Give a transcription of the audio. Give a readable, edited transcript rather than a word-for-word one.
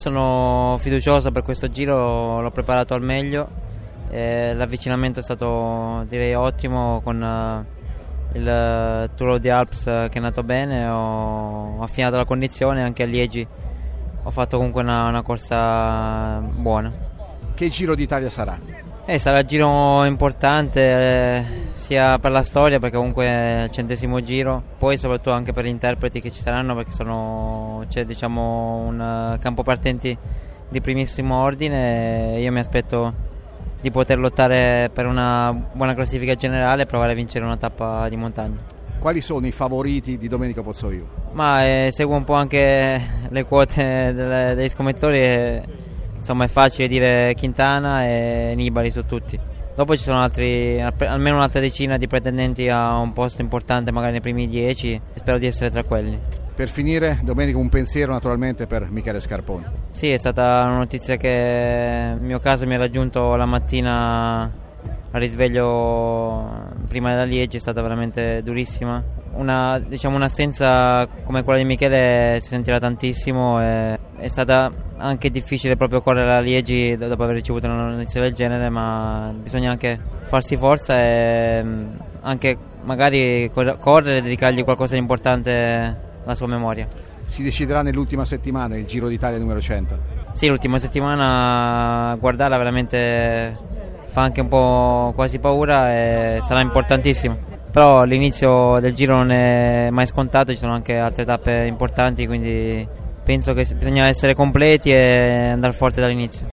Sono fiducioso per questo giro, l'ho preparato al meglio, l'avvicinamento è stato direi ottimo con il Tour of the Alps che è andato bene, ho affinato la condizione, anche a Liegi ho fatto comunque una corsa buona. Che Giro d'Italia sarà? Sarà un giro importante sia per la storia, perché comunque è il 100° giro, poi soprattutto anche per gli interpreti che ci saranno, perché c'è diciamo un campo partenti di primissimo ordine e io mi aspetto di poter lottare per una buona classifica generale e provare a vincere una tappa di montagna. Quali sono i favoriti di Domenico Pozzovivo? Seguo un po' anche le quote degli scommettori. Insomma, è facile dire Quintana e Nibali su tutti. Dopo ci sono almeno un'altra decina di pretendenti a un posto importante, magari nei primi 10. Spero di essere tra quelli. Per finire, Domenico, un pensiero naturalmente per Michele Scarponi. Sì, è stata una notizia che in mio caso mi ha raggiunto la mattina al risveglio prima della Liegi, è stata veramente durissima. Un'assenza come quella di Michele si sentirà tantissimo, è stata anche difficile proprio correre a Liegi dopo aver ricevuto una notizia del genere, ma bisogna anche farsi forza e anche magari correre e dedicargli qualcosa di importante alla sua memoria. Si deciderà nell'ultima settimana il Giro d'Italia numero 100? Sì, l'ultima settimana guardarla veramente fa anche un po' quasi paura e sarà importantissimo. Però l'inizio del giro non è mai scontato, ci sono anche altre tappe importanti, quindi penso che bisogna essere completi e andare forte dall'inizio.